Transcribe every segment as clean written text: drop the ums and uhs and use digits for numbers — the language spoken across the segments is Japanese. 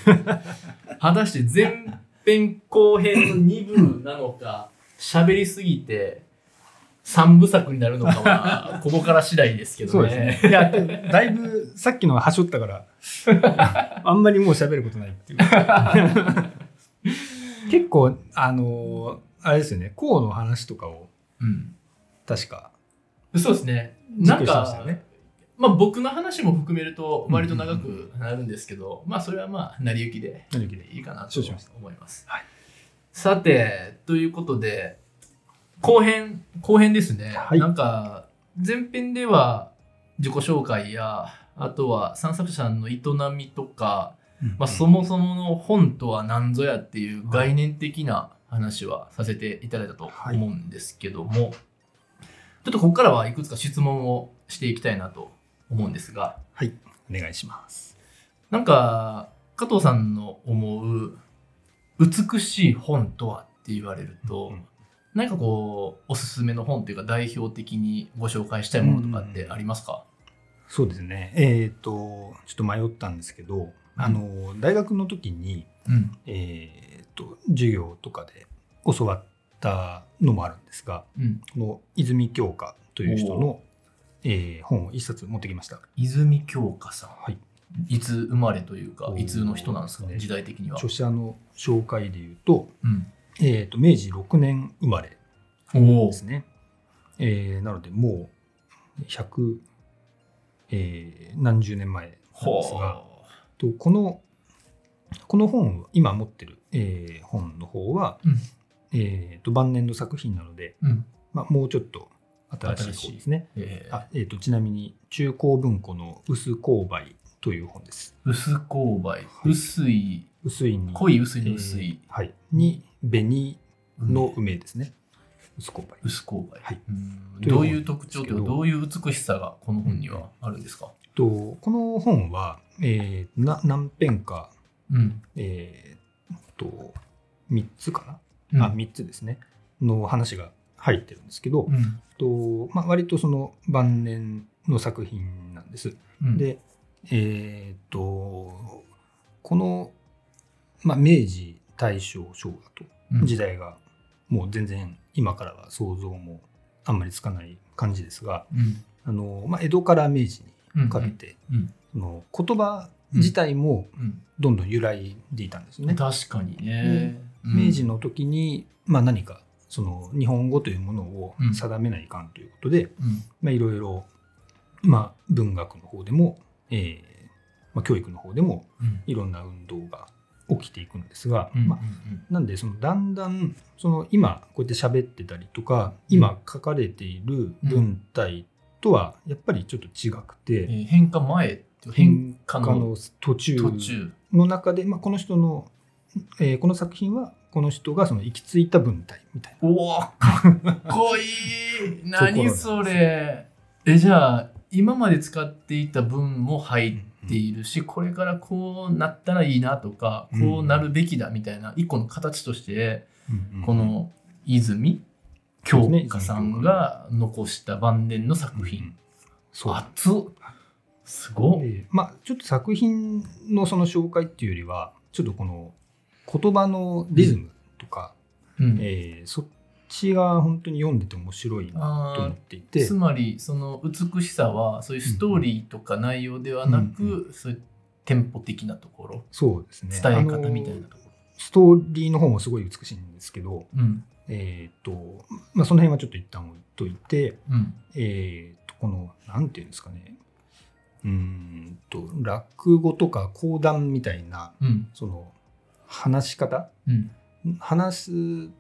果たして前編後編の2部なのか、喋りすぎて3部作になるのかは、ここから次第ですけどね。 そうですね。いや、だいぶさっきのははしょったから、あんまりもう喋ることないっていう。結構、あれですよね、項の話とかを、確か。 そうですね。なんか、まあ僕の話も含めると割と長くなるんですけど、まあそれはまあ成り行きでいいかなと思います。はい、さて、ということで、後編ですね。はい、なんか、前編では自己紹介や、あとは散策者さんの営みとか、まあそもそもの本とは何ぞやっていう概念的な話はさせていただいたと思うんですけども、ちょっとここからはいくつか質問をしていきたいなと思うんですが。 はい、お願いします。 なんか、加藤さんの思う美しい本とはって言われると、何かこう、おすすめの本というか代表的にご紹介したいものとかってありますか？ そうですね。ちょっと迷ったんですけど、大学の時に、授業とかで教わったのもあるんですが、この泉鏡花という人の本を一冊持ってきました。 泉鏡花さん。はい。いつ生まれというか、いつの人なんですかね、時代的には。 著者の紹介で言うと、明治6年生まれですね。なので、もう100、何十年前なんですが、この本を今持ってる、本の方は、晩年の作品なので、もうちょっと新しい方ですね。ちなみに中高文庫の薄紅梅という本です。 薄紅梅、薄いに濃い薄いの薄い、 に紅の梅ですね。薄紅梅。 薄紅梅。はい。どういう特徴というか、どういう美しさがこの本にはあるんですか？ この本は、何編か、3つかな、3つですねの話が入ってるんですけど、割とその晩年の作品なんです。で、この、明治大正昭和と時代がもう全然今からは想像もあんまりつかない感じですが、江戸から明治にかけて、その言葉自体もどんどん揺らいでいたんですね。 確かにね。 明治の時に、何かその日本語というものを定めないかんということで、いろいろ文学の方でも、教育の方でもいろんな運動が起きていくんですが、なんでそのだんだんその今こうやって喋ってたりとか、今書かれている文体とはやっぱりちょっと違くて、 変化前、 変化の途中の中で、この人の、この作品はこの人がその行き着いた文体みたいな。 おー、かっこいい何それ。じゃあ今まで使っていた文も入っているし、これからこうなったらいいなとか、こうなるべきだみたいな一個の形として、この泉鏡花さんが残した晩年の作品、熱っ、すごい。 ちょっと作品のその紹介っていうよりは、ちょっとこの言葉のリズムとか、そっちが本当に読んでて面白いなと思っていて、 つまりその美しさはそういうストーリーとか内容ではなく、そういうテンポ的なところ、 そうですね、 伝え方みたいなところ、 ストーリーの方もすごい美しいんですけど、その辺はちょっと一旦置いといて、このなんていうんですかね、落語とか講談みたいな、その話し方、話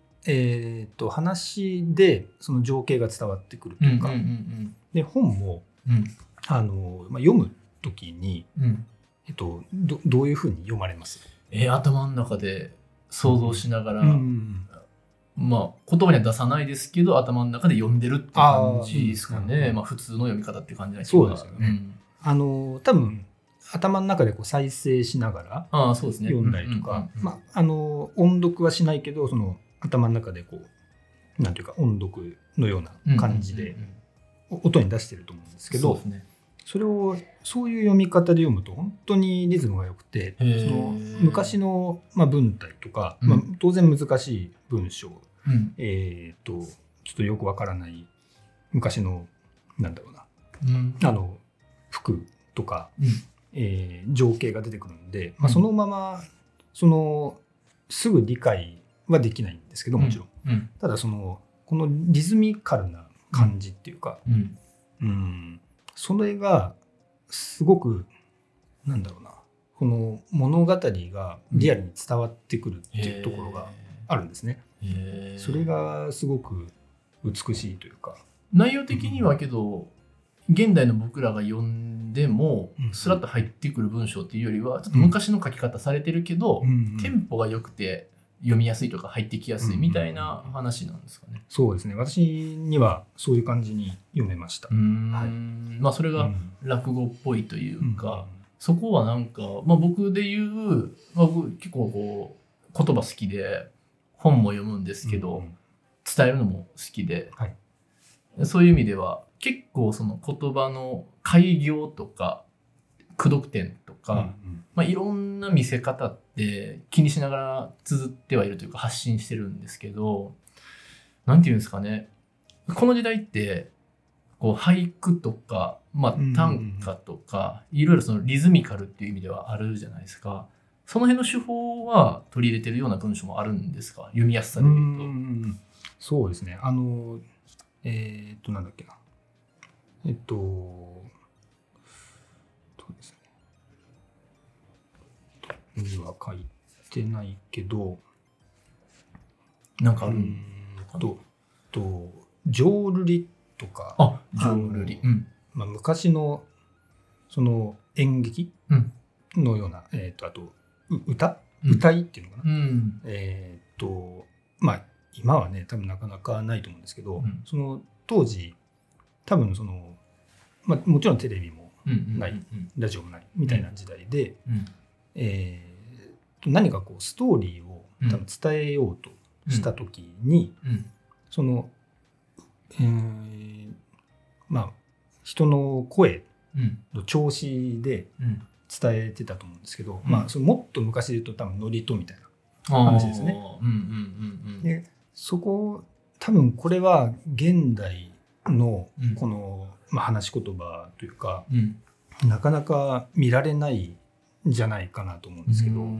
でその情景が伝わってくるというか、で本も、読むときに、どういうふうに読まれます？ 頭の中で想像しながら、言葉には出さないですけど頭の中で読んでるって感じですかね。普通の読み方って感じなんですけど、 そうですよね。多分頭の中でこう再生しながら読んだりとか、音読はしないけど、その頭の中でこうなんていうか音読のような感じで音に出してると思うんですけど、 それをそういう読み方で読むと本当にリズムが良くて、その昔の、文体とか、当然難しい文章、ちょっとよくわからない昔のなんだろうな、服とか、情景が出てくるんで、そのまますぐ理解はできないんですけど、もちろん、ただこのリズミカルな感じっていうか、それがすごくなんだろうな、この物語がリアルに伝わってくるっていうところがあるんですね。それがすごく美しいというか、 内容的にはけど、現代の僕らが読んでもスラッと入ってくる文章っていうよりはちょっと昔の書き方されてるけど、テンポが良くて読みやすいとか入ってきやすいみたいな話なんですかね。 そうですね、私にはそういう感じに読めました。 それが落語っぽいというか、そこはなんか、僕で言う、僕結構こう言葉好きで本も読むんですけど、伝えるのも好きで、そういう意味では結構その言葉の改行とか句読点とか、いろんな見せ方って気にしながら綴ってはいるというか発信してるんですけど、なんていうんですかね、この時代ってこう俳句とか、短歌とか、いろいろそのリズミカルっていう意味ではあるじゃないですか。その辺の手法は取り入れてるような文章もあるんですか、読みやすさでいうと。 そうですね、なんだっけな、そうですね、には書いてないけど、 なんかある浄瑠璃とか、 浄瑠璃、 昔のその演劇のような、あと歌いっていうのかな、今はね多分なかなかないと思うんですけど、その当時多分もちろんテレビもない、ラジオもないみたいな時代で、何かこうストーリーを多分伝えようとした時に、その、人の声の調子で伝えてたと思うんですけど、そのもっと昔で言うと多分ノリとみたいな話ですね。でそこ多分これは現代のこの、話し言葉というか、なかなか見られないんじゃないかなと思うんですけど、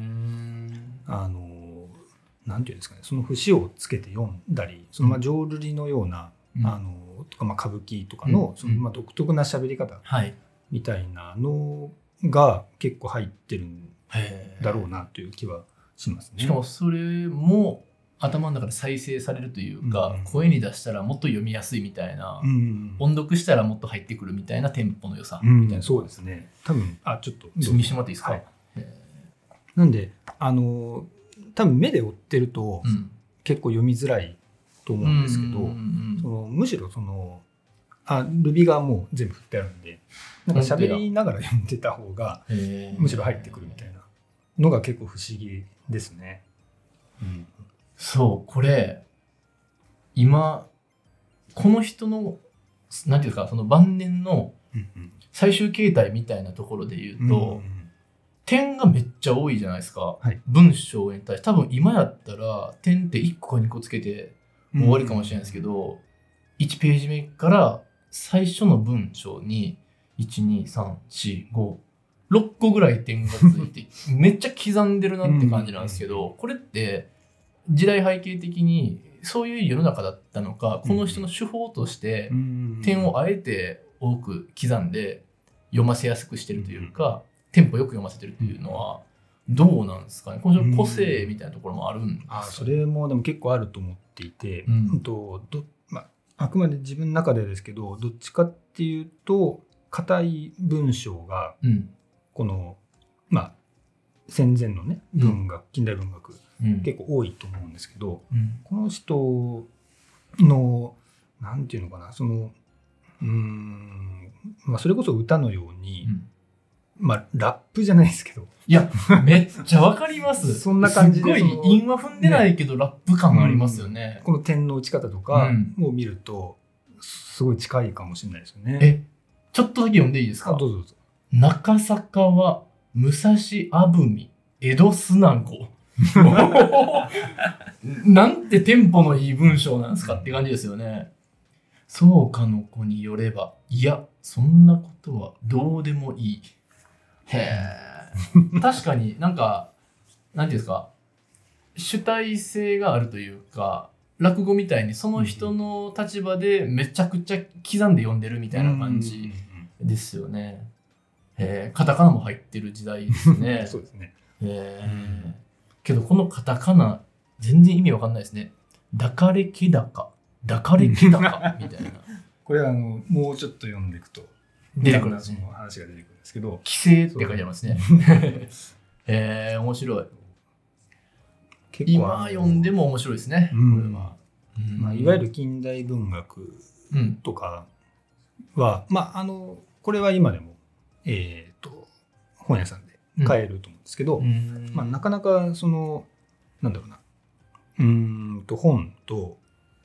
なんていうんですかね、その節をつけて読んだり、その浄瑠璃のような、とか歌舞伎とかの、その独特な喋り方みたいなのが結構入ってるんだろうなという気はしますね。 しかもそれも頭の中で再生されるというか、声に出したらもっと読みやすいみたいな、音読したらもっと入ってくるみたいなテンポの良さみたいな、 そうですね。多分ちょっと見してもらっていいですか。 なんで多分目で追ってると結構読みづらいと思うんですけど、むしろルビがもう全部振ってあるんで、なんか喋りながら読んでた方がむしろ入ってくるみたいなのが結構不思議ですね。 そう、これ今この人のなんていうか、その晩年の最終形態みたいなところで言うと、点がめっちゃ多いじゃないですか、文章に対して。多分今やったら点って1個か2個つけて終わりかもしれないですけど、1ページ目から最初の文章に 1,2,3,4,5,6 個ぐらい点がついてめっちゃ刻んでるなって感じなんですけど、これって時代背景的にそういう世の中だったのか、この人の手法として点をあえて多く刻んで読ませやすくしてるというか、テンポよく読ませてるっていうのはどうなんですかね。この人の個性みたいなところもあるんですか。 それもでも結構あると思っていて、あくまで自分の中でですけど、どっちかっていうと硬い文章が、この戦前のね文学、近代文学、結構多いと思うんですけど、この人のなんていうのかな、それこそ歌のように、ラップじゃないですけど、 いやめっちゃわかりますそんな感じで、 すごい韻は踏んでないけど、ラップ感ありますよね。 この点の打ち方とかを見るとすごい近いかもしれないですよね。 ちょっとだけ読んでいいですか？ どうぞどうぞ。 中坂は武蔵あぶみ江戸砂子。なんてテンポのいい文章なんですかって感じですよね。そうかの子によれば、いや、そんなことはどうでもいい。へえ。確かになんか、なんていうんですか、主体性があるというか、落語みたいにその人の立場でめちゃくちゃ刻んで読んでるみたいな感じですよね。カタカナも入ってる時代ですね。 そうですね。 けどこのカタカナ全然意味わかんないですね。だかれけだか、だかれけだかみたいな。 これはもうちょっと読んでいくと出てくるんですね。その話が出てくるんですけど、 規制って書いてありますね。面白い。今読んでも面白いですね。これは。 まあ、いわゆる近代文学とかは、これは今でも、本屋さんで買えると思うんですけど、なかなかそのなんだろうな、本と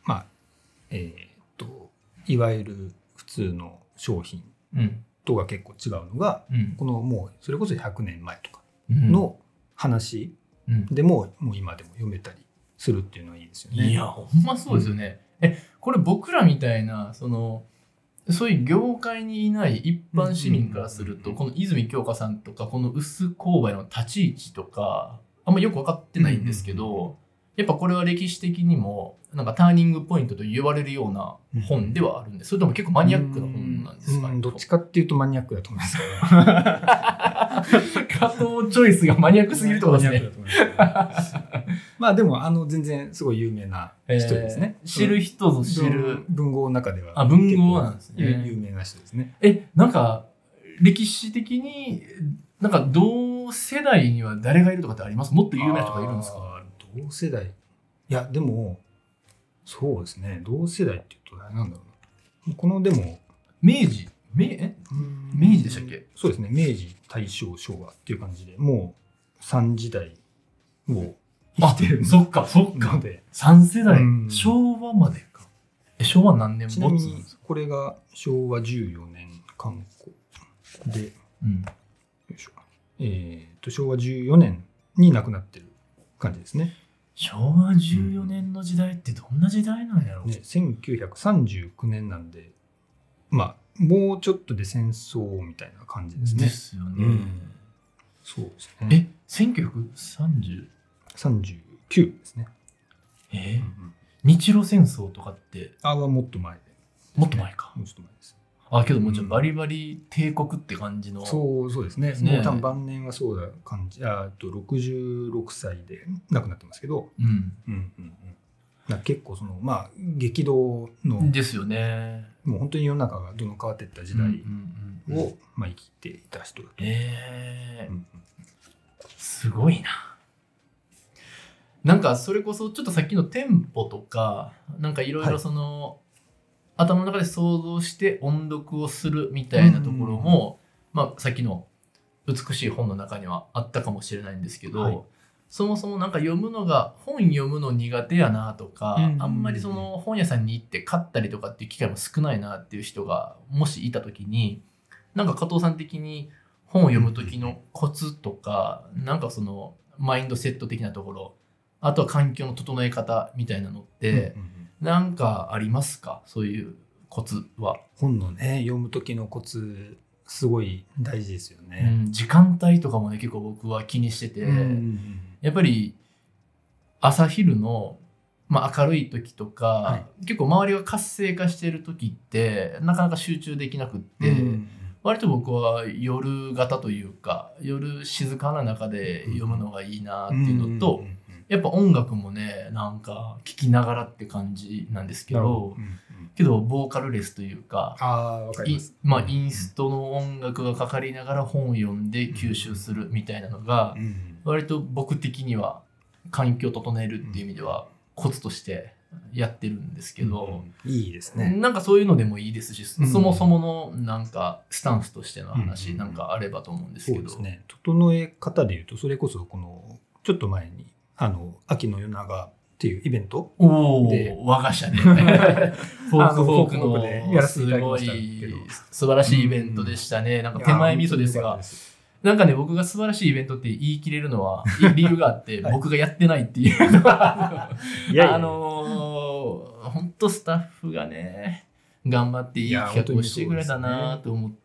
いわゆる普通の商品とが結構違うのが、このもうそれこそ100年前とかの話でも、もう今でも読めたりするっていうのはいいですよね。 いやほんまそうですよね。これ僕らみたいなそういう業界にいない一般市民からすると、この泉鏡花さんとかこの薄勾配の立ち位置とかあんまよく分かってないんですけど、やっぱこれは歴史的にもなんかターニングポイントと言われるような本ではあるんで、それとも結構マニアックな本なんですかね。 どっちかっていうとマニアックだと思いますけど加藤チョイスがマニアックすぎるってことですね。 まあでも全然すごい有名な人ですね。 知る人ぞ知る文豪の中では文豪なんですね。 有名な人ですね。 なんか歴史的になんか同世代には誰がいるとかってあります？もっと有名な人がいるんですか？ 同世代、いやでもそうですね、同世代っていうと何なんだろうな、このでも明治でしたっけ？ そうですね、明治大正昭和っていう感じでもう3時代を生きてる。 そっかので3世代、昭和までか。昭和何年？ ちなみにこれが昭和14年刊行で、よいしょ、昭和14年に亡くなってる感じですね。 昭和14年の時代ってどんな時代なんやろう、 1939年なんで、もうちょっとで戦争みたいな感じですね。 ですよね。 そうですね。 1939 ですね。 日露戦争とかってもっと前で。 もっと前か。 もうちょっと前です。 けどもうちょっとバリバリ帝国って感じの。 そうですね。もう多分晩年はそうだ感じ。66歳で亡くなってますけど。結構激動の。 ですよね。 もう本当に世の中がどんどん変わっていった時代を生きていた人だと。 すごいな。なんかそれこそちょっとさっきのテンポとかなんかいろいろ頭の中で想像して音読をするみたいなところも、さっきの美しい本の中にはあったかもしれないんですけど、そもそもなんか本読むの苦手やなとか、あんまり本屋さんに行って買ったりとかっていう機会も少ないなっていう人がもしいた時に、なんか加藤さん的に本を読む時のコツとか、なんかマインドセット的なところ、あとは環境の整え方みたいなのって、なんかありますか？そういうコツは。 本のね、読む時のコツすごい大事ですよね。 時間帯とかもね結構僕は気にしてて、やっぱり朝昼の、明るい時とか、結構周りが活性化している時ってなかなか集中できなくって、割と僕は夜型というか夜静かな中で読むのがいいなっていうのと、やっぱ音楽もねなんか聴きながらって感じなんですけど、けどボーカルレスというか、 わかります。 インストの音楽がかかりながら本を読んで吸収するみたいなのが、割と僕的には環境を整えるっていう意味ではコツとしてやってるんですけど、 いいですね。 なんかそういうのでもいいですし、そもそものなんかスタンスとしての話なんかあればと思うんですけど。 そうですね。整え方でいうと、それこそこのちょっと前に秋の夜長っっていうイベントで我が社でフォークのやらせていただきましたけど、 素晴らしいイベントでしたね。なんか手前味噌ですが、なんかね、僕が素晴らしいイベントって言い切れるのは理由があって、僕がやってないっていうのが本当スタッフがね頑張っていい企画をしてくれたなと思って、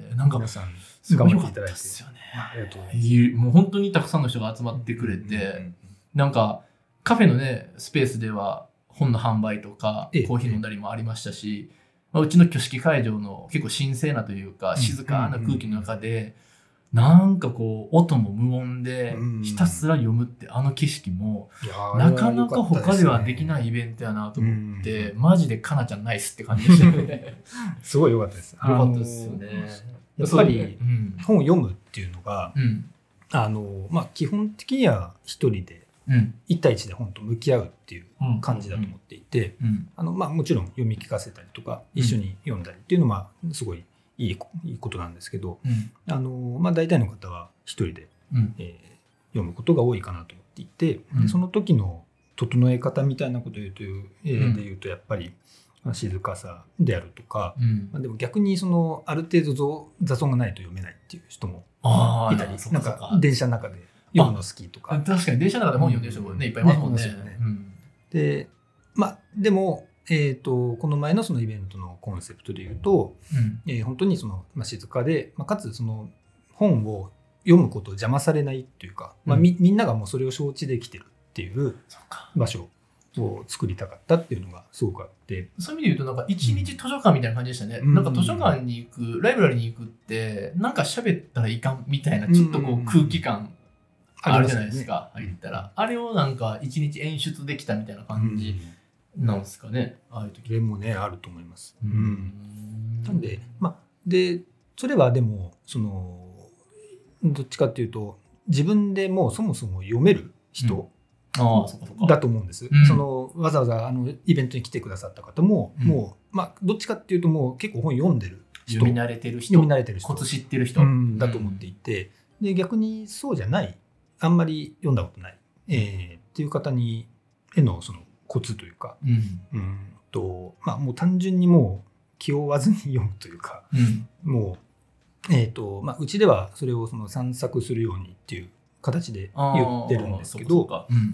なんかすごい良かったですよね。もう本当にたくさんの人が集まってくれて、なんかカフェのねスペースでは本の販売とかコーヒー飲んだりもありましたし、うちの挙式会場の結構神聖なというか静かな空気の中で、なんかこう音も無音でひたすら読むって景色もなかなか他ではできないイベントやなと思って、マジでかなちゃんナイスって感じでしたね。 すごい良かったです。 良かったですよね。 やっぱり本を読むっていうのが、基本的には一人で1対1で本と向き合うっていう感じだと思っていて、もちろん読み聞かせたりとか一緒に読んだりっていうのはすごいいいことなんですけど、大体の方は一人で、読むことが多いかなと思っていて、その時の整え方みたいなことで言うとやっぱり静かさであるとか、でも逆にある程度雑音がないと読めないっていう人もいたり、なんか電車の中で読むの好きとか。 確かに電車の中で本読んでる人もね、いっぱいいますもんね。 で、でもこの前のそのイベントのコンセプトでいうと、本当に静かで、かつ本を読むことを邪魔されないっていうか、みんながもうそれを承知できてるっていう場所を作りたかったっていうのがすごくあって、 そういう意味で言うとなんか一日図書館みたいな感じでしたね。なんか図書館に行く、ライブラリに行くってなんか喋ったらいかんみたいなちょっとこう空気感あるじゃないですか。入ったらあれをなんか一日演出できたみたいな感じ。なんですかね、ああいう時。 それもねあると思います。なんででそれはでもどっちかっていうと自分でもうそもそも読める人だと思うんです。わざわざイベントに来てくださった方も、もうどっちかっていうともう結構本読んでる人、 読み慣れてる人、コツ知ってる人だと思っていて、で逆にそうじゃないあんまり読んだことない、っていう方にへのコツというか、もう単純にもう気負わずに読むというか、もううちではそれを散策するようにっていう形で言ってるんですけど、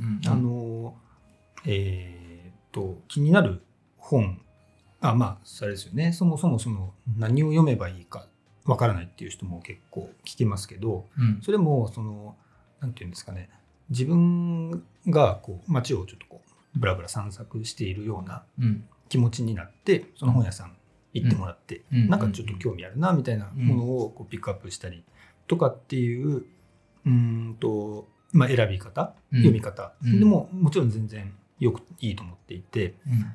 気になる本、それですよね、そもそも何を読めばいいかわからないっていう人も結構聞きますけど、それもなんていうんですかね、自分が街をちょっとブラブラ散策しているような気持ちになって、その本屋さん行ってもらって、なんかちょっと興味あるなみたいなものをピックアップしたりとかっていう選び方、読み方でももちろん全然いいと思っていて、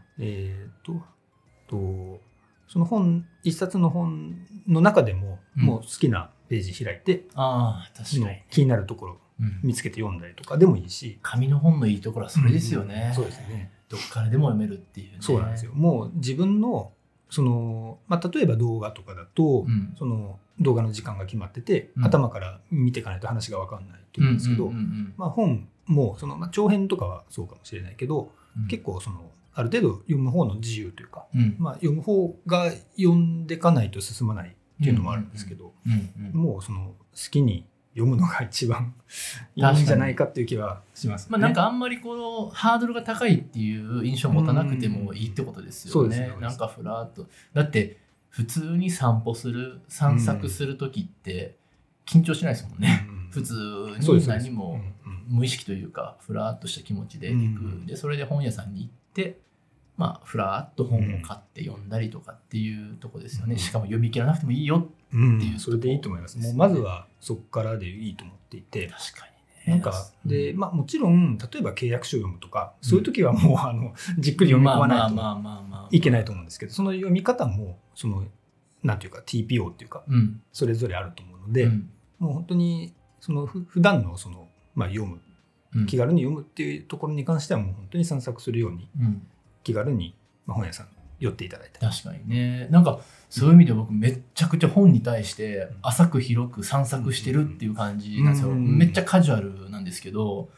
その本一冊の本の中でももう好きなページ開いて、気になるところ見つけて読んだりとかでもいいし、 紙の本のいいところはそれですよね。 そうですね。 どっからでも読めるっていうね。 そうなんですよ。もう自分の例えば動画とかだと、その動画の時間が決まってて、頭から見ていかないと話が分かんないと思うんですけど、本も長編とかはそうかもしれないけど、結構ある程度読む方の自由というか、読む方が読んでいかないと進まないっていうのもあるんですけど、もう好きに読むのが一番いいんじゃないかっていう気はしますね。 なんかあんまりハードルが高いっていう印象を持たなくてもいいってことですよね。なんかふらっと。だって普通に散策する時って緊張しないですもんね。普通に何も無意識というかふらっとした気持ちで行く。でそれで本屋さんに行って、ふらっと本を買って読んだりとかっていうとこですよね。しかも読み切らなくてもいいよっていう、 それでいいと思います。もうまずはそこからでいいと思っていて、 確かにね。 なんかでもちろん例えば契約書を読むとか、そういう時はもうじっくり読み込まないといけないと思うんですけど、その読み方もなんていうか TPO っていうか、それぞれあると思うので、もう本当に普段の読む、気軽に読むっていうところに関してはもう本当に散策するように、気軽に本屋さん寄っていただいて。 確かにね。なんかそういう意味で僕めっちゃくちゃ本に対して浅く広く散策してるっていう感じなんですよ。めっちゃカジュアルなんですけど、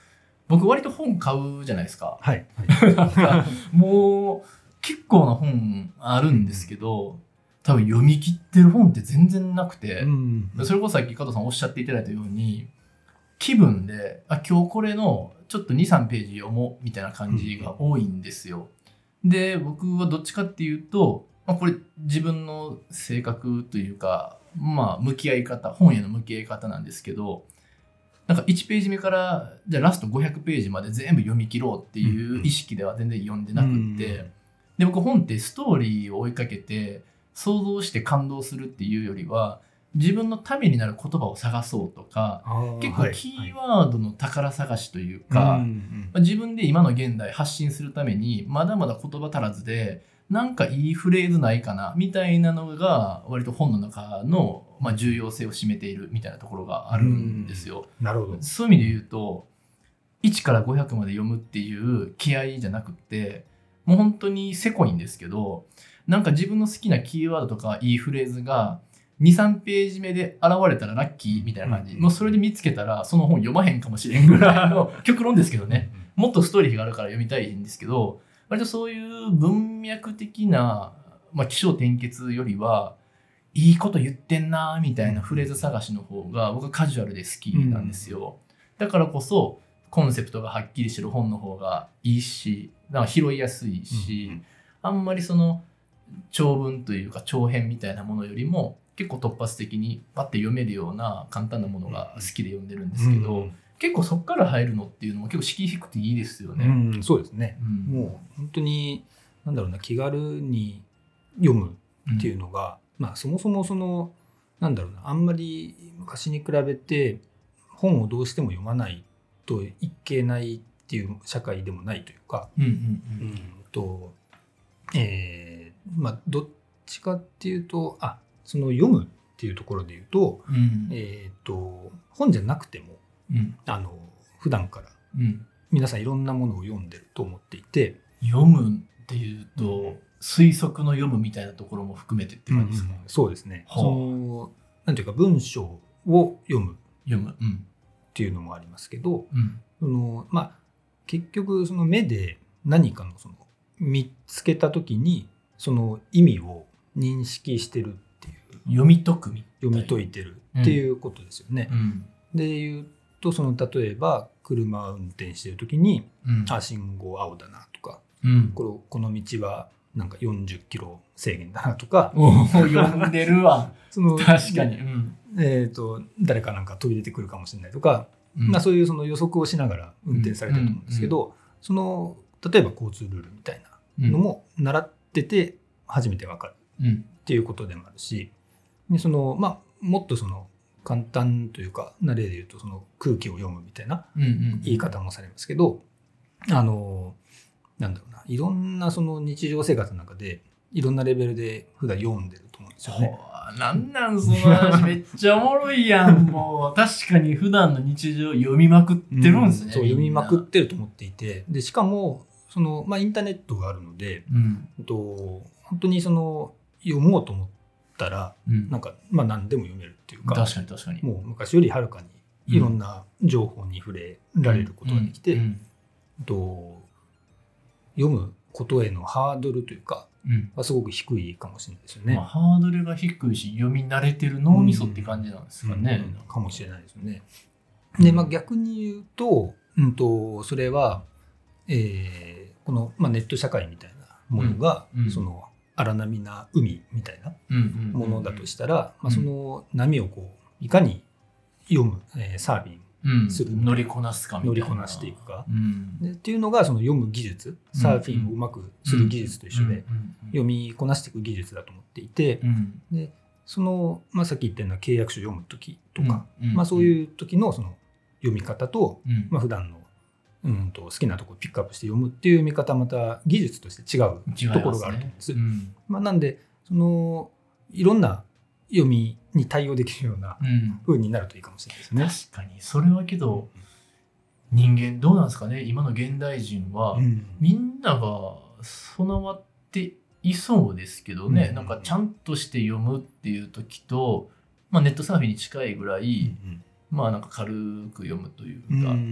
僕割と本買うじゃないですか。 はい。 なんかもう結構な本あるんですけど、多分読み切ってる本って全然なくて、それこそさっき加藤さんおっしゃっていただいたように、気分で、今日これのちょっと2、3ページ読もうみたいな感じが多いんですよ。で、僕はどっちかっていうと、これ自分の性格というか、向き合い方、本への向き合い方なんですけど、なんか1ページ目からじゃあラスト500ページまで全部読み切ろうっていう意識では全然読んでなくって、で、僕本ってストーリーを追いかけて想像して感動するっていうよりは、自分のためになる言葉を探そうとか、結構キーワードの宝探しというか、自分で今の現代発信するためにまだまだ言葉足らずで、なんかいいフレーズないかなみたいなのが割と本の中の重要性を占めているみたいなところがあるんですよ。 なるほど。 そういう意味で言うと、1から500まで読むっていう気合じゃなくって、もう本当にせこいんですけど、なんか自分の好きなキーワードとかいいフレーズが2、3ページ目で現れたらラッキーみたいな感じ。もうそれで見つけたらその本読まへんかもしれんぐらいの極論ですけどね。もっとストーリーがあるから読みたいんですけど、割とそういう文脈的な、起承転結よりは、いいこと言ってんなみたいなフレーズ探しの方が僕はカジュアルで好きなんですよ。だからこそコンセプトがはっきりしてる本の方がいいし、だから拾いやすいし、あんまりその長文というか長編みたいなものよりも結構突発的にパッて読めるような簡単なものが好きで読んでるんですけど、結構そこから入るのっていうのも結構敷居低くていいですよね。 そうですね。もう本当に気軽に読むっていうのが、そもそもあんまり昔に比べて本をどうしても読まないといけないっていう社会でもないというか、どっちかっていうと、その読むっていうところで言うと、本じゃなくても、普段から皆さんいろんなものを読んでると思っていて、 読むっていうと、推測の読むみたいなところも含めてって感じですか？ そうですね。なんていうか文章を読むっていうのもありますけど、結局その目で何かの見つけた時にその意味を認識してるっていう、 読み解いてるっていうことですよね。で言うと例えば車を運転してる時に、信号青だなとか、この道はなんか40キロ制限だなとか、 読んでるわ確かに、 誰かなんか飛び出てくるかもしれないとか、そういう予測をしながら運転されてると思うんですけど、例えば交通ルールみたいなのも習ってて初めて分かるっていうことでもあるし、でもっと簡単というかな例で言うと空気を読むみたいな言い方もされますけど、いろんな日常生活の中でいろんなレベルで普段読んでると思うんですよね。 なんその話めっちゃおもろいやん。もう確かに普段の日常読みまくってるんですね。 読みまくってると思っていて、でしかもインターネットがあるので、本当に読もうと思ったら、何でも読めるっていうか、 確かにもう昔よりはるかにいろんな情報に触れられることができて、読むことへのハードルというかはすごく低いかもしれないですよね。 ハードルが低いし読み慣れてる脳みそって感じなんですかね。 かもしれないですよね。で、逆に言うと、それは、この、ネット社会みたいなものが、荒波な海みたいなものだとしたら、その波をいかに読む、サーフィンする、 乗りこなすかみたいな、 乗りこなしていくか、っていうのが読む技術、サーフィンをうまくする技術と一緒で、読みこなしていく技術だと思っていて、でさっき言ったような契約書を読む時とか、そういう時の読み方と、普段の好きなところをピックアップして読むっていう見方はまた技術として違うところがあると思うんです。なんでいろんな読みに対応できるような風になるといいかもしれないですね。 確かにそれはけど、人間どうなんですかね。今の現代人は、みんなが備わっていそうですけどね、なんかちゃんとして読むっていう時と、ネットサーフィンに近いぐらい、なんか軽く読むというか、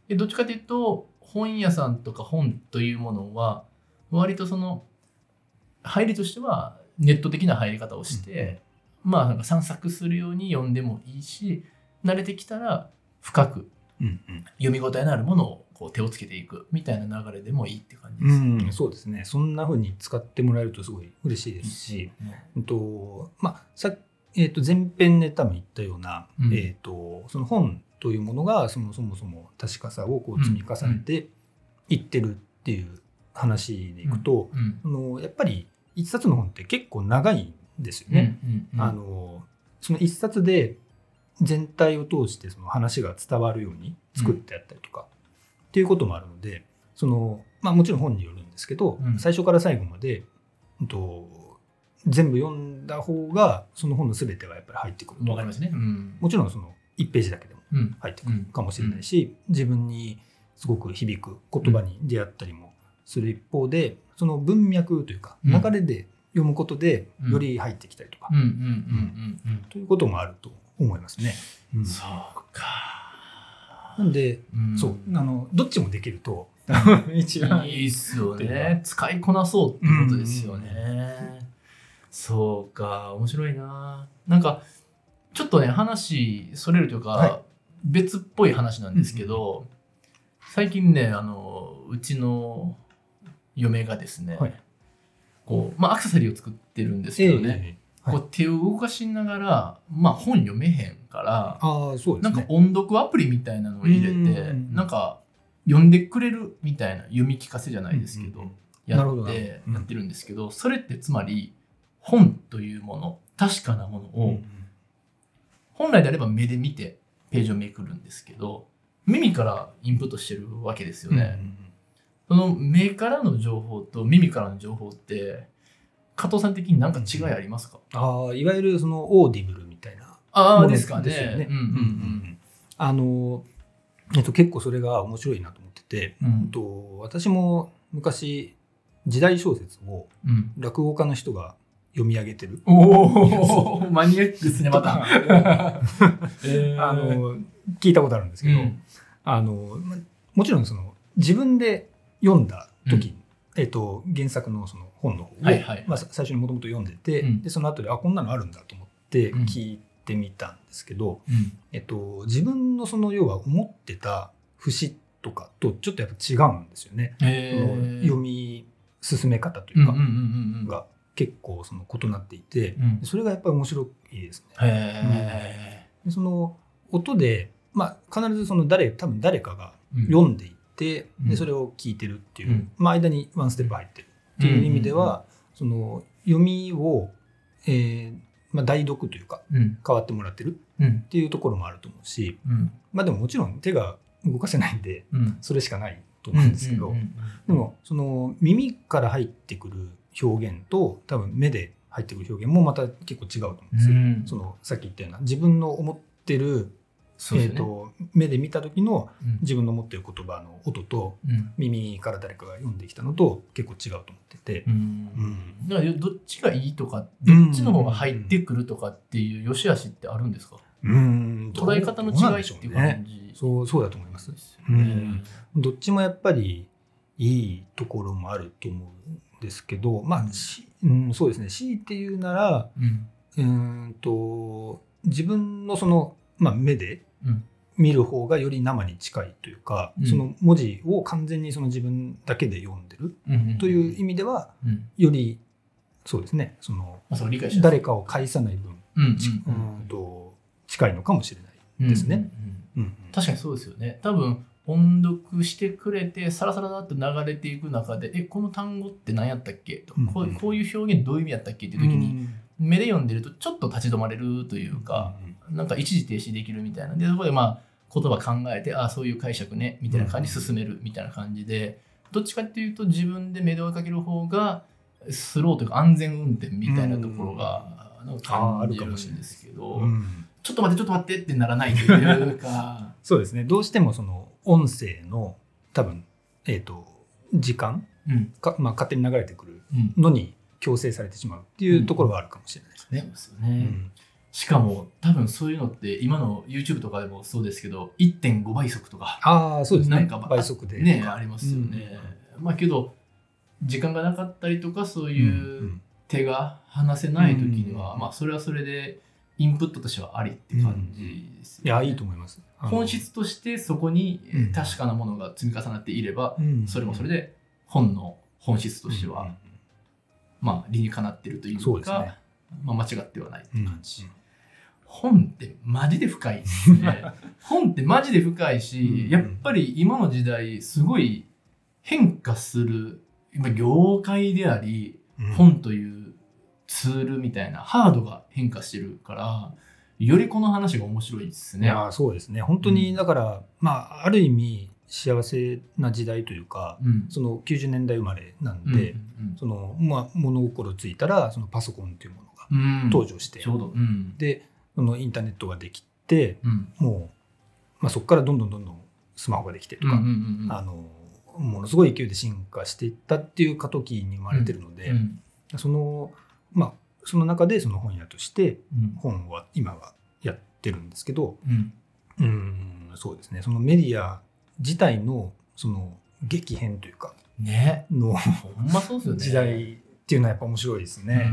どっちかというと本屋さんとか本というものは割とその入りとしてはネット的な入り方をして、まあなんか散策するように読んでもいいし、慣れてきたら深く読み応えのあるものをこう手をつけていくみたいな流れでもいいって感じですね。 そうですね。そんな風に使ってもらえるとすごい嬉しいですし、まあ前編で多分言ったような、その本というものがそもそも確かさをこう積み重ねていってるっていう話でいくと、やっぱり一冊の本って結構長いんですよね。その一冊で全体を通してその話が伝わるように作ってあったりとか、っていうこともあるので、まあ、もちろん本によるんですけど、最初から最後まで、全部読んだ方がその本の全てがやっぱり入ってくる。 わかりますね。 もちろんその1ページだけでも入ってくるかもしれないし、自分にすごく響く言葉に出会ったりもする一方で、その文脈というか流れで読むことでより入ってきたりとかということもあると思いますね。 そうか。 なんで、どっちもできると一番いいっすよね。使いこなそうってことですよね。そうか、面白いな。なんかちょっとね話それるというか、別っぽい話なんですけど、最近ねうちの嫁がですね、こうアクセサリーを作ってるんですけどね、こう手を動かしながら、本読めへんから、なんか音読アプリみたいなのを入れて、なんか読んでくれるみたいな読み聞かせじゃないですけど、やってるんですけど、それってつまり本というもの、確かなものを本来であれば目で見てページをめくるんですけど、耳からインプットしてるわけですよね。その目からの情報と耳からの情報って加藤さん的に何か違いありますか？ いわゆるそのオーディブルみたいなものですかね。 結構それが面白いなと思ってて、私も昔時代小説を落語家の人が読み上げてる。 マニアックですね、また。 聞いたことあるんですけど、もちろんその自分で読んだ時に、原作のその本の方を、最初にもともと読んでて、でその後でこんなのあるんだと思って聞いてみたんですけど、自分のその要は思ってた節とかとちょっとやっぱ違うんですよね。読み進め方というかが結構その異なっていて、それがやっぱり面白いですね。その音で、必ずその多分誰かが読んでいて、でそれを聞いてるっていう、間にワンステップ入ってるっていう意味では、その読みを、代読というか、変わってもらってるっていうところもあると思うし、でももちろん手が動かせないんで、それしかないと思うんですけど、でもその耳から入ってくる表現と多分目で入ってくる表現もまた結構違うと思うんですよ。そのさっき言ったような自分の思ってる目で見た時の自分の持っている言葉の音と、耳から誰かが読んできたのと結構違うと思ってて、 だからどっちがいいとかどっちの方が入ってくるとかっていう良し悪しってあるんですか？捉え方の違いっていう感じ。 そうだと思います。どっちもやっぱりいいところもあると思うんですけど、そうですね、強いて言うなら、自分のその、目で見る方がより生に近いというか、その文字を完全にその自分だけで読んでるという意味では、よりそうですね、その誰かを介さない分、近いのかもしれないですね。 確かにそうですよね。多分音読してくれてサラサラっと流れていく中で、この単語って何やったっけと、こういう表現どういう意味やったっけっていう時に、目で読んでるとちょっと立ち止まれるというか、なんか一時停止できるみたいなで、そこで言葉考えてそういう解釈ねみたいな感じで進めるみたいな感じで、どっちかっていうと自分で目で追いかける方がスローというか安全運転みたいなところがなんか感じるんですけど、ちょっと待ってってならないというかそうですね、どうしてもその音声の多分、時間勝手に流れてくるのに強制されてしまうっていうところがあるかもしれないですね。 そうですよね。 しかも多分そういうのって今の YouTube とかでもそうですけど 1.5 倍速とかそうですね、 なんか倍速でねありますよね、まあけど時間がなかったりとかそういう手が離せない時には、まあそれはそれでインプットとしてはありって感じですよね。 いやいいと思います。 本質としてそこに確かなものが積み重なっていれば、それもそれで本の本質としては、まあ理にかなっているというか、まあ間違ってはないって感じ。本ってマジで深いですね。本ってマジで深いし、やっぱり今の時代すごい変化する今業界であり、本というツールみたいなハードが変化してるからよりこの話が面白いですね。 いやそうですね本当にだから、まあある意味幸せな時代というか、その90年代生まれなんで、そのまあ物心ついたらそのパソコンというものが登場して、でそのインターネットができて、もう、まあ、そこからどんどんスマホができてとか、ものすごい勢いで進化していったっていう過渡期に生まれてるので、その中でその本屋として本は今はやってるんですけど、そうですねそのメディア自体のその激変というかの、 ほんまそうですよね、 時代っていうのはやっぱ面白いですね。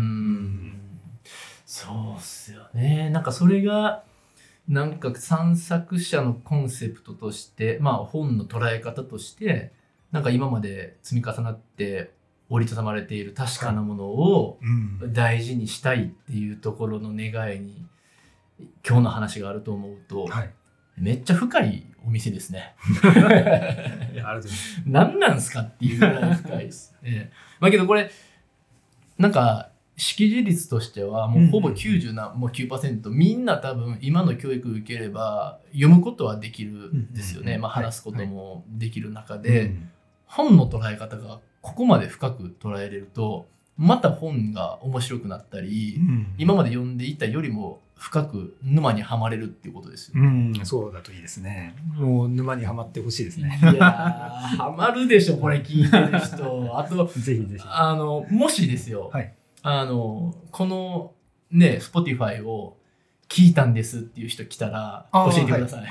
そうっすよね。なんかそれがなんか散策者のコンセプトとして、まあ本の捉え方としてなんか今まで積み重なって折りたたまれている確かなものを大事にしたいっていうところの願いに今日の話があると思うと、めっちゃ深いお店ですね。何なんすかっていうぐらい深いです。まあけどこれなんか識字率としてはもうほぼ99%、みんな多分今の教育受ければ読むことはできるんですよね。まあ話すこともできる中で、本の捉え方がここまで深く捉えれるとまた本が面白くなったり、今まで読んでいたよりも深く沼にはまれるっていうことですよね。 そうだといいですね。もう沼にはまってほしいですね。 いやはまるでしょこれ聞いてる人。あとぜひぜひもしですよ、このね Spotify を聞いたんですっていう人来たら教えてください。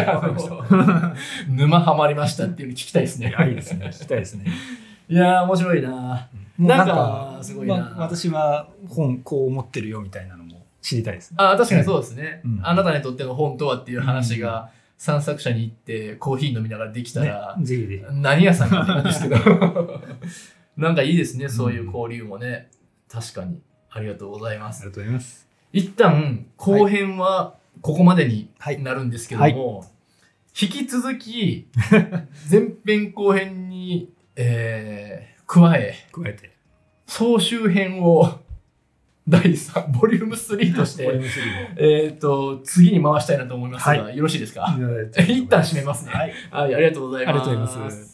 沼ハマりましたっていうの聞きたいですね。 いいですね。聞きたいですね。 いや面白いな。なんかすごいな。 私は本こう思ってるよみたいなのも知りたいです。 確かにそうですね。あなたにとっての本とはっていう話が散策者に行ってコーヒー飲みながらできたら、 ぜひぜひ何屋さんかなんですけどなんかいいですねそういう交流もね。確かにありがとうございます。 ありがとうございます。 一旦後編はここまでになるんですけども、引き続き前編後編に、加えて総集編を第3ボリューム3として次に回したいなと思いますが、よろしいですか？一旦締めますね。はい、ありがとうございます。